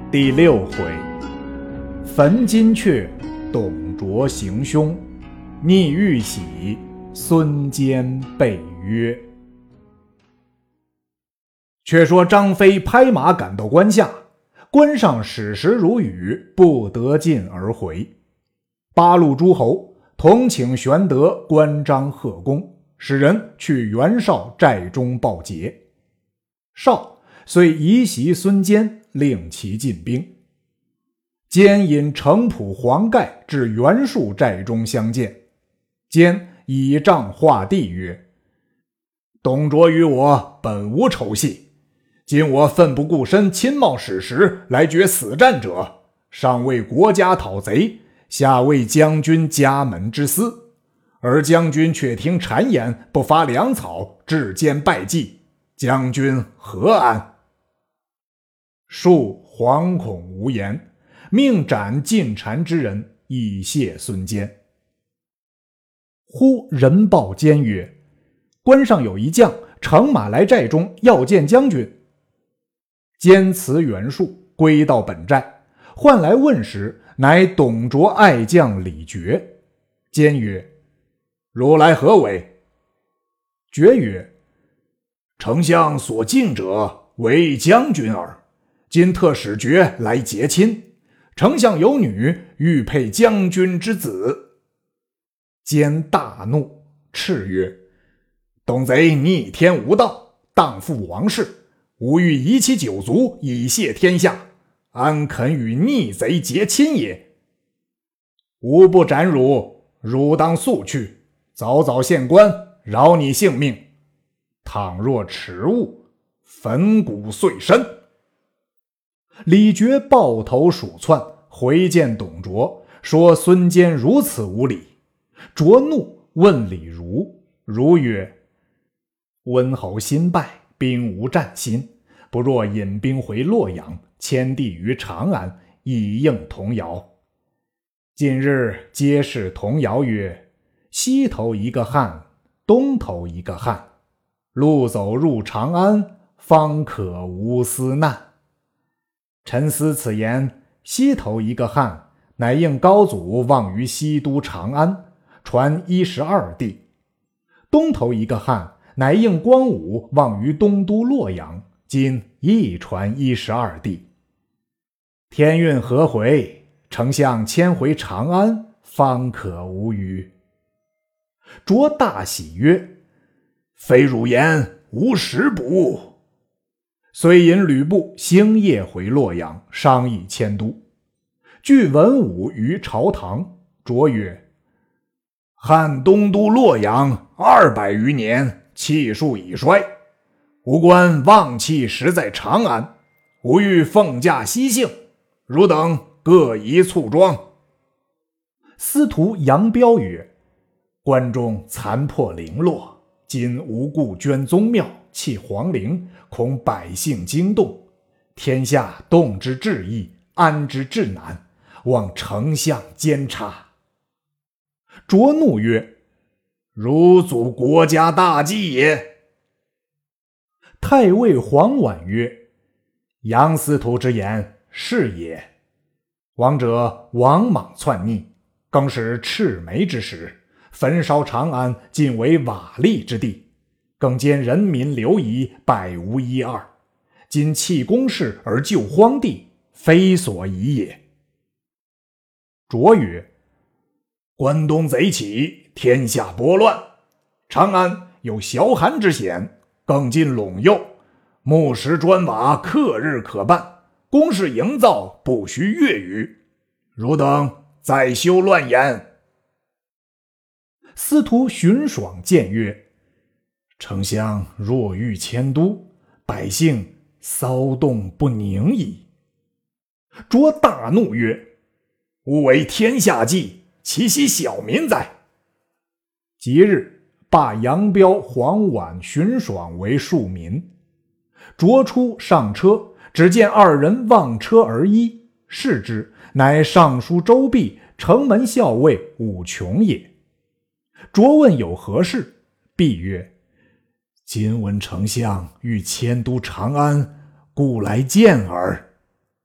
第6回，焚金阙，董卓行凶，逆玉玺，孙坚被约。却说张飞拍马赶到关下，关上矢石如雨，不得进而回。八路诸侯同请玄德、关张、贺公，使人去袁绍寨中报捷。绍遂移袭孙坚，令其进兵。坚引程普、黄盖至袁术寨中相见。坚倚杖画地曰：董卓与我本无仇隙，今我奋不顾身，亲冒矢石来决死战者，上为国家讨贼，下为将军家门之私，而将军却听谗言，不发粮草，至坚败绩，将军何安？术惶恐无言，命斩进谗之人，以谢孙坚。忽人报坚曰：关上有一将乘马来寨中，要见将军。坚辞袁术，归到本寨，唤来问时，乃董卓爱将李傕。坚曰：如来何为？傕曰：丞相所敬者为将军耳，今特使傕来结亲，丞相有女，欲配将军之子。坚大怒，叱曰：董贼逆天无道，荡妇王室，吾欲夷其九族，以谢天下，安肯与逆贼结亲也？吾不斩汝，汝当速去，早早献官，饶你性命。倘若迟误，粉骨碎身。李傕抱头鼠窜，回见董卓，说孙坚如此无礼。卓怒，问李儒。儒曰：温侯新败，兵无战心，不若引兵回洛阳，迁地于长安，以应童谣。近日皆是童谣曰：西头一个汉，东头一个汉，路走入长安，方可无私难。臣思此言，西头一个汉，乃应高祖望于西都长安，传12地；东头一个汉，乃应光武望于东都洛阳，今亦传12地。天运合回，丞相迁回长安，方可无虞。卓大喜曰：非汝言，吾实不。遂引吕布星夜回洛阳，商议迁都。据文武于朝堂，卓曰：汉东都洛阳200余年，气数已衰，吾观望气实在长安，吾欲奉驾西幸，汝等各宜簇庄。司徒杨彪曰：关中残破零落，今无故捐宗庙，弃皇陵，恐百姓惊动，天下动之至易，安之至难，望丞相监察。卓怒曰：汝阻国家大计也。太尉黄婉曰：杨司徒之言是也。王者王莽篡逆，更使赤眉之时，焚烧长安，尽为瓦砾之地，更兼人民流移，百无一二。今弃公室而救荒地，非所宜也。卓曰：关东贼起，天下拨乱，长安有崤函之险，更尽陇右，木石砖瓦克日可办，工事营造不需月余，汝等再休乱言。司徒荀爽谏曰：丞相若欲迁都，百姓骚动不宁矣。卓大怒曰：吾为天下计，其惜小民哉？即日罢杨彪、黄婉、荀爽为庶民。卓出上车，只见2人望车而依，视之，乃尚书周弼、城门校尉武琼也。卓问有何事，弼曰：今闻丞相欲迁都长安，故来见耳。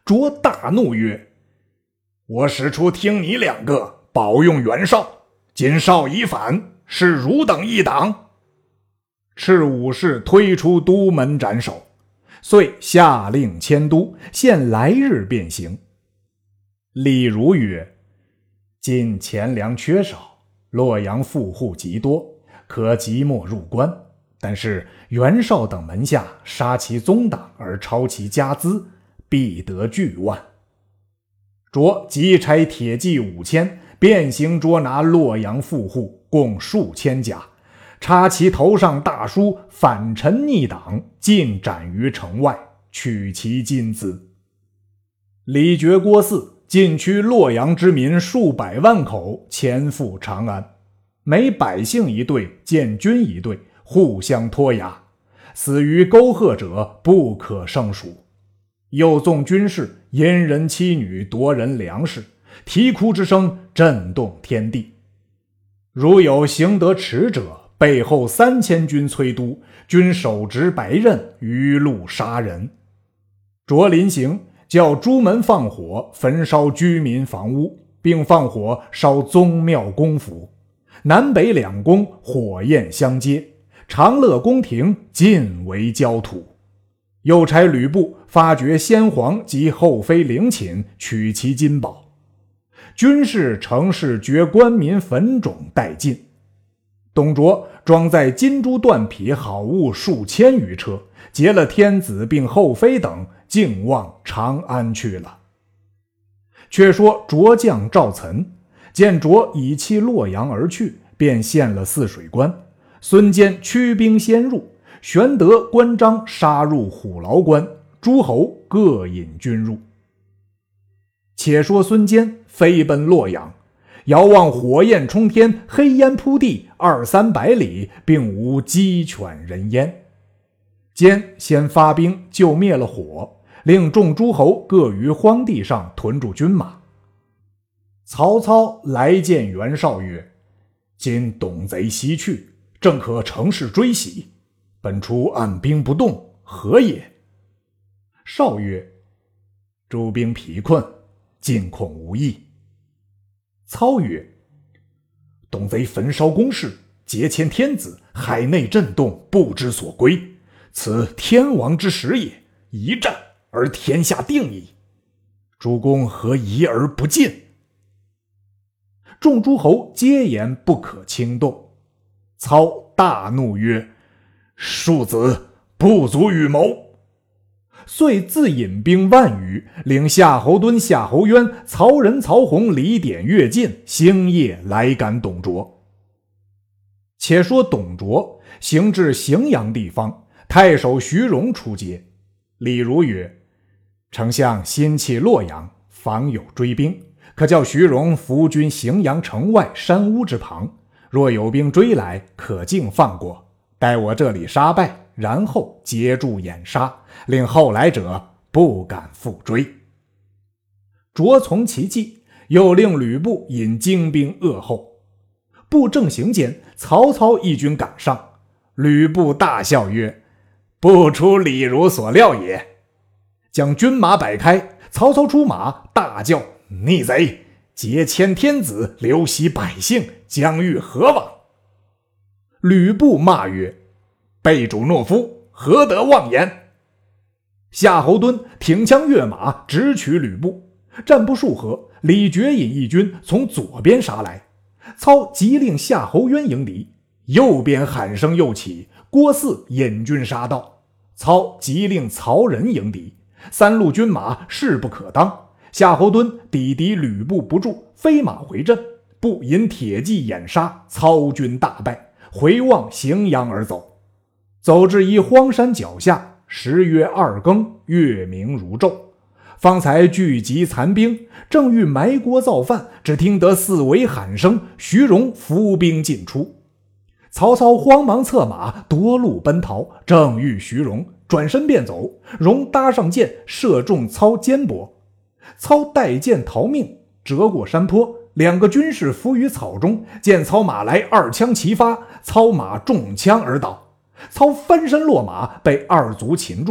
卓大怒曰：我使出听你两个保用袁绍，今绍已反，是汝等一党。敕武士推出都门斩首，遂下令迁都，限来日便行。李儒曰：今钱粮缺少，洛阳富户极多，可即墨入关，但是袁绍等门下杀其宗党而抄其家资，必得巨万。卓即差铁骑5000，便行捉拿洛阳富户，共数千家，插其头上大书反臣逆党，尽斩于城外，取其金资。李傕郭汜禁驱洛阳之民数百万口，前赴长安，每百姓一队，建军一队，互相拖押，死于沟壑者不可胜数。又纵军士淫人妻女，夺人粮食，啼哭之声震动天地。如有行得耻者，背后3000军催督，均手执白刃，于路杀人。卓临行，叫朱门放火，焚烧居民房屋，并放火烧宗庙公府，南北两宫火焰相接，长乐宫廷尽为焦土。又差吕布发掘先皇及后妃陵寝，取其金宝。军士城市掘官民坟冢殆尽。董卓装载金珠缎匹好物数千余车，劫了天子并后妃等，竟往长安去了。却说卓将赵岑见卓已弃洛阳而去，便陷了汜水关。孙坚驱兵先入，玄德、关张杀入虎牢关，诸侯各引军入。且说孙坚飞奔洛阳，遥望火焰冲天，黑烟铺地200-300里，并无鸡犬人烟。坚先发兵救灭了火，令众诸侯各于荒地上屯驻军马。曹操来见袁绍曰：今董贼西去，正可乘势追袭，本初按兵不动，何也？绍曰：诸兵疲困，进恐无益。操曰：董贼焚烧宫室，劫迁天子，海内震动，不知所归，此天王之时也，一战而天下定矣。诸公何疑而不进？众诸侯皆言不可轻动。操大怒曰：庶子不足与谋。遂自引兵万余，领夏侯惇、夏侯渊、曹仁、曹洪、李典、乐进星夜来赶董卓。且说董卓行至荥阳地方，太守徐荣出接。李儒曰：丞相新弃洛阳，防有追兵，可叫徐荣伏军荥阳城外山屋之旁，若有兵追来，可径放过，待我这里杀败，然后截住掩杀，令后来者不敢复追。卓从其计，又令吕布引精兵扼后。布正行间，曹操一军赶上，吕布大笑曰：不出李儒所料也。将军马摆开，曹操出马，大叫：逆贼！劫迁天子，流徙百姓，将欲何往？吕布骂曰：背主懦夫，何得妄言？夏侯惇挺枪跃马，直取吕布。战不数合，李傕引一军从左边杀来，操急令夏侯渊迎敌。右边喊声又起，郭汜引军杀到，操急令曹仁迎敌。三路军马势不可当，夏侯惇抵敌吕布不住，飞马回阵，布引铁骑掩杀，操军大败，回望荥阳而走。走至一荒山脚下，时约2更，月明如昼，方才聚集残兵，正欲埋锅造饭，只听得四围喊声，徐荣伏兵进出。曹操慌忙策马夺路奔逃，正遇徐荣，转身便走，荣搭上箭，射中操肩膊。操带箭逃命，折过山坡，两个军士伏于草中，见操马来，2枪齐发，操马中枪而倒。操翻身落马，被2卒擒住。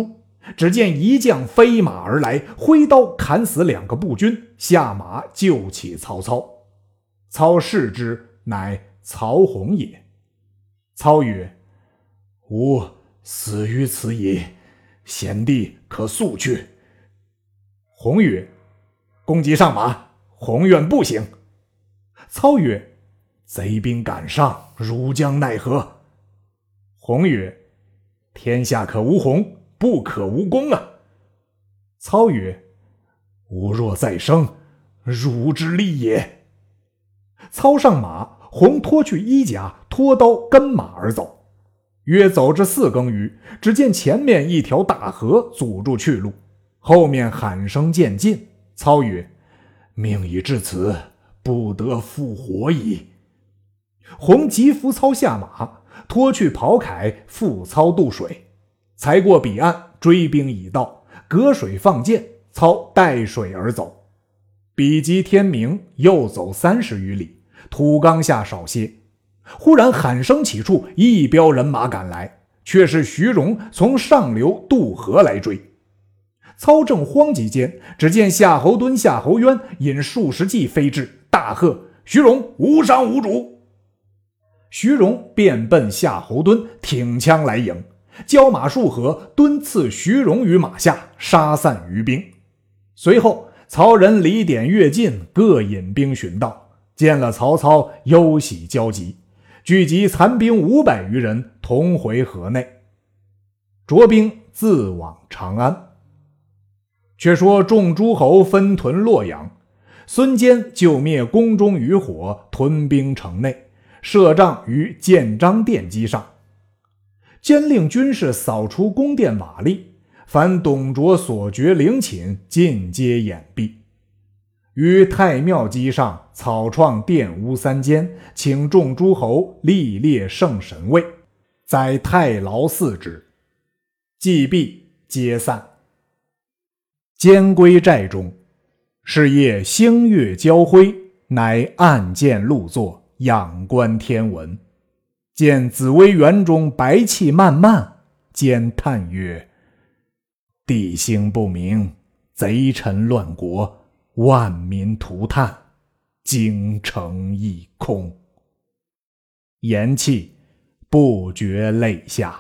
只见一将飞马而来，挥刀砍死2个步军，下马救起曹操。操视之，乃曹洪也。操曰：吾死于此矣，贤弟可速去。洪曰：公即上马，洪愿步行。操曰：贼兵赶上，汝将奈何？洪曰：天下可无洪，不可无公啊。操曰：吾若再生，汝之利也。操上马，洪脱去衣甲，脱刀跟马而走。约走至4更余，只见前面一条大河阻住去路，后面喊声渐近。操曰：命已至此，不得复活矣。洪急扶操下马，脱去袍铠，负操渡水。才过彼岸，追兵已到，隔水放箭，操带水而走。彼及天明，又走30余里，土冈下少歇。忽然喊声起处，一彪人马赶来，却是徐荣从上流渡河来追。操正慌急间，只见夏侯惇、夏侯渊引数十骑飞至，大喝：徐荣无伤无主。徐荣便奔夏侯惇，挺枪来迎，交马数合，惇刺徐荣于马下，杀散余兵。随后曹仁、李典、乐进各引兵寻到，见了曹操，忧喜交集，聚集残兵500余人，同回河内，着兵自往长安。却说众诸侯分屯洛阳，孙坚救灭宫中余火，屯兵城内，设帐于建章殿基上。坚令军士扫除宫殿瓦砾，凡董卓所掘陵寝尽皆掩蔽。于太庙基上草创殿屋3间，请众诸侯历列圣神位，载太牢4之。祭毕，皆散。坚归寨中，是夜星月交辉，乃暗见鹿作，仰观天文。见紫薇园中白气漫漫，坚叹曰：地星不明，贼臣乱国，万民涂炭，京城一空。言讫，不觉泪下。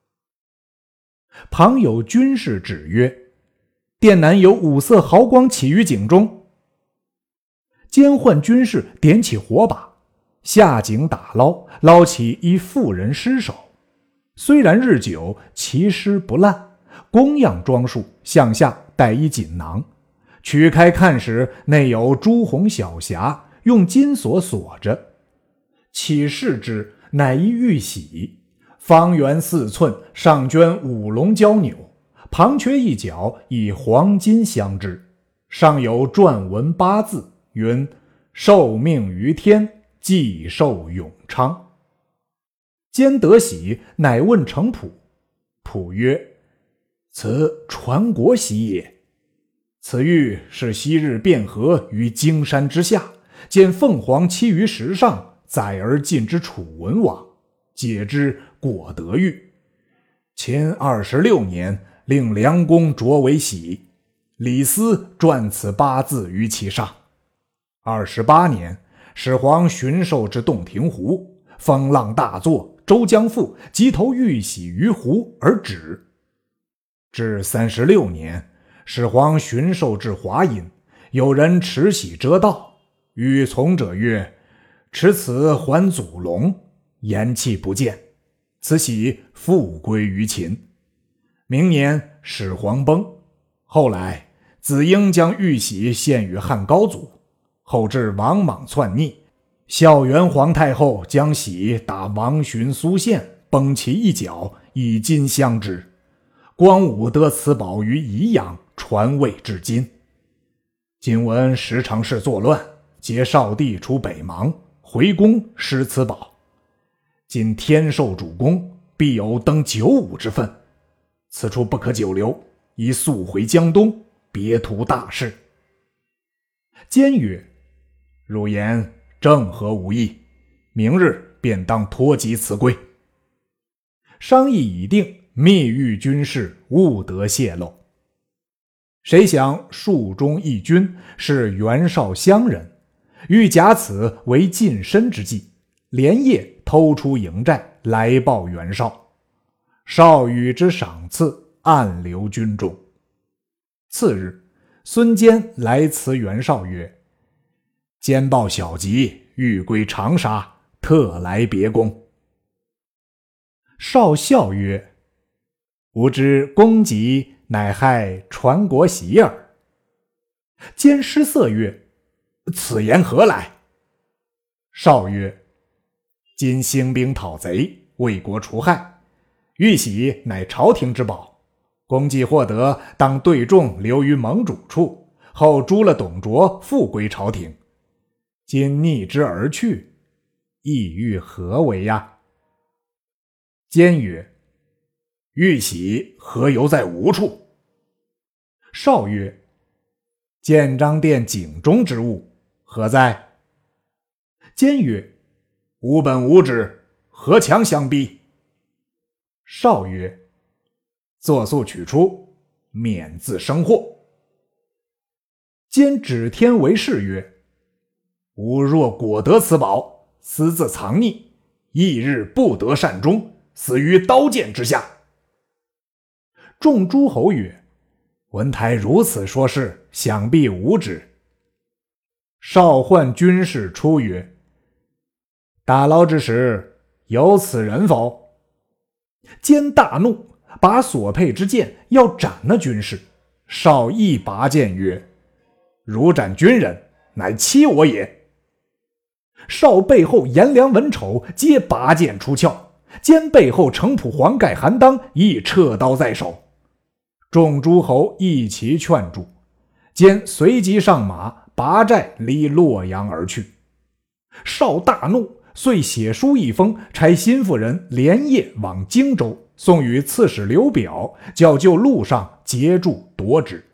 旁有军士指曰：殿南有5色毫光起于井中。监唤军士点起火把，下井打捞，捞起一妇人尸首。虽然日久，其尸不烂，供样装束，向下带一锦囊。取开看时，内有朱红小匣，用金锁锁着。起视之，乃一玉玺，方圆4寸，上镌5龙交钮，旁缺一角，以黄金镶之，上有篆文8字，云：受命于天，既寿永昌。坚得玺，乃问程普，普曰：此传国玺也。此玉是昔日卞和于荆山之下，见凤凰栖于石上，载而进之楚文王，解之果得玉。秦26年，令梁公擢为玺，李斯撰此8字于其上。28年，始皇巡狩至洞庭湖，风浪大作，周将覆，即投玉玺于湖而止。至36年，始皇巡狩至华阴，有人持玺遮道，与从者曰：持此还祖龙，言讫不见，此玺复归于秦。明年始皇崩，后来子婴将玉玺献与汉高祖，后至王莽篡逆，孝元皇太后将玺打王寻、苏宪，崩其一角，以金镶之。光武得此宝于宜阳，传位至今。今闻十常侍作乱，皆少帝出北邙，回宫失此宝。今天授主公，必有登九五之分，此处不可久留，宜速回江东，别图大事。坚曰：汝言正合吾意，明日便当托疾辞归。商议已定， 密谕军士勿得泄露。谁想戍中义军是袁绍乡人，欲假此为近身之计，连夜偷出营寨来报袁绍。绍与之赏赐，暗留军中。次日，孙坚来辞袁绍曰：坚报小急，欲归长沙，特来别公。绍笑曰：吾知公急，乃害传国喜耳。坚失色曰：此言何来？绍曰：今兴兵讨贼，为国除害，玉玺乃朝廷之宝，公既获得，当对众留于盟主处，后诛了董卓，复归朝廷。今逆之而去，意欲何为呀？坚曰：玉玺何由在吾处？绍曰：建章殿井中之物，何在？坚曰：吾本无知，何强相逼？绍曰：作速取出，免自生祸。坚指天为誓曰：吾若果得此宝，私自藏匿，翌日不得善终，死于刀剑之下。众诸侯曰：文台如此说事，想必无知。绍唤军士出曰：打捞之时，有此人否？坚大怒，拔所佩之剑要斩那军士。绍一拔剑曰：如斩军人，乃欺我也。绍背后颜良、文丑皆拔剑出鞘，坚背后程普、黄盖、韩当亦撤刀在手。众诸侯一齐劝住，坚随即上马，拔寨离洛阳而去。绍大怒，遂写书一封，差心腹人连夜往荆州，送与刺史刘表，叫就路上截住夺之。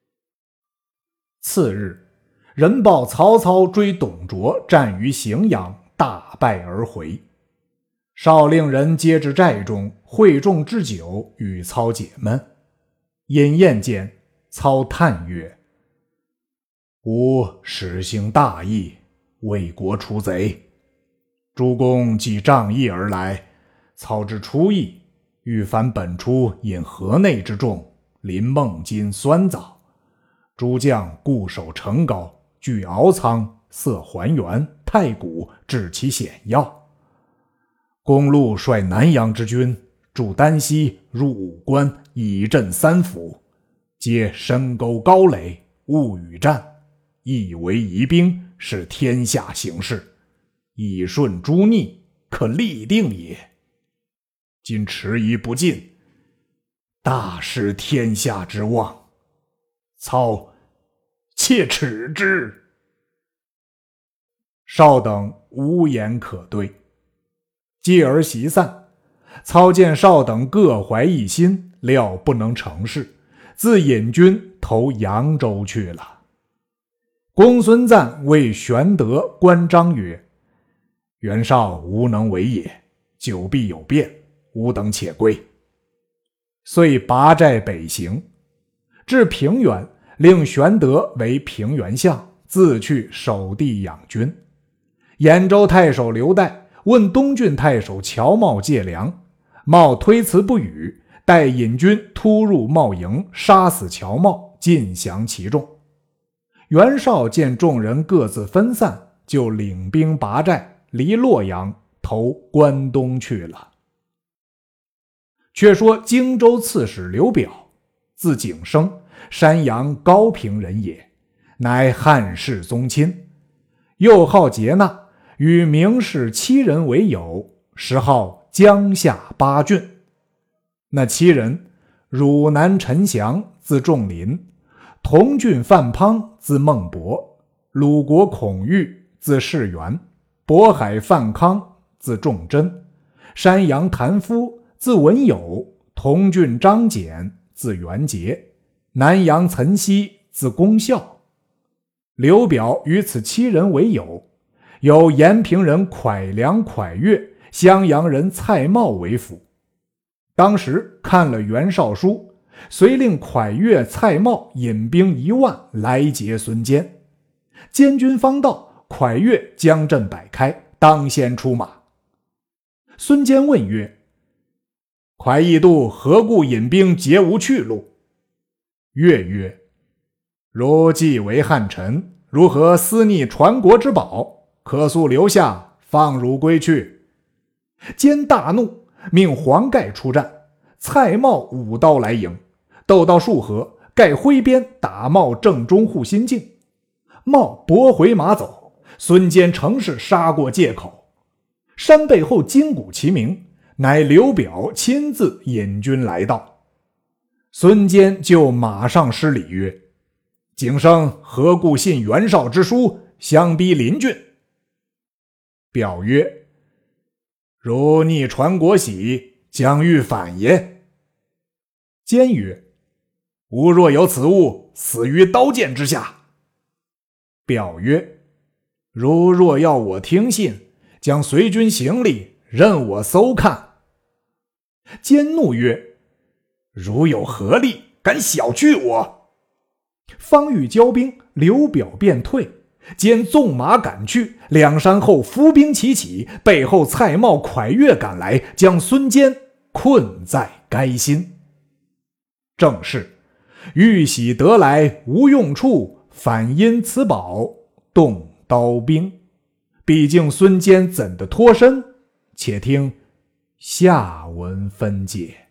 次日，人报曹操追董卓，战于荥阳，大败而回。绍令人接至寨中，会众置酒，与操解闷。饮宴间，操叹曰：吾实行大义，为国除贼。诸公既仗义而来，操之出意，欲凡本初引河内之众，临孟津、酸枣。诸将固守城高，据敖仓，塞还原、太谷，治其险要。公路率南阳之军驻丹溪，入武关，以镇三府，皆深沟高垒，勿与战，一为疑兵，是天下形势，以顺诸逆，可立定也。今迟疑不进，大失天下之望，操切齿之。绍等无言可对，继而席散。操见绍等各怀一心，料不能成事，自引军投扬州去了。公孙瓒谓玄德、关张曰：袁绍无能为也，久必有变，吾等且归。遂拔寨北行，至平原，令玄德为平原相，自去守地养军。兖州太守刘岱问东郡太守乔瑁借粮，瑁推辞不语，待引军突入瑁营，杀死乔瑁，尽降其众。袁绍见众人各自分散，就领兵拔寨，离洛阳，投关东去了。却说荆州刺史刘表，字景升，山阳高平人也，乃汉室宗亲，又好节纳，与名士7人为友，时号江夏8郡。那7人，汝南陈祥，字仲林；同郡范滂，字孟博；鲁国孔玉，字士元；渤海范康，字仲真；山阳谭夫，字文友；同郡张简，字元节；南阳岑溪，字公孝。刘表与此7人为友，有延平人蒯良、蒯越，襄阳人蔡瑁为辅。 当时看了袁绍书，遂令蒯越、蔡瑁引兵1万来劫孙坚。监军方到，蒯越将阵摆开，当先出马。孙坚问曰：蒯义度何故引兵截无去路？越曰：如既为汉臣，如何私逆传国之宝？可速留下，放汝归去。坚大怒，命黄盖出战。蔡瑁舞刀来迎，斗到数合，盖挥鞭打瑁正中护心镜，瑁拨回马走。孙坚乘势杀过界口，山背后金鼓齐鸣，乃刘表亲自引军来到。孙坚就马上施礼曰：景生何故信袁绍之书，相逼邻郡？表曰：如逆传国玺，将欲反也。坚曰：吾若有此物，死于刀剑之下。表曰：如若要我听信，将随军行李任我搜看。坚怒曰：如有何力，敢小觑我？方欲交兵，刘表便退。坚纵马赶去，两山后伏兵齐起，背后蔡瑁、蒯越赶来，将孙坚困在垓心。正是玉玺得来无用处，反因此宝动刀兵。毕竟孙坚怎的脱身？且听下文分解。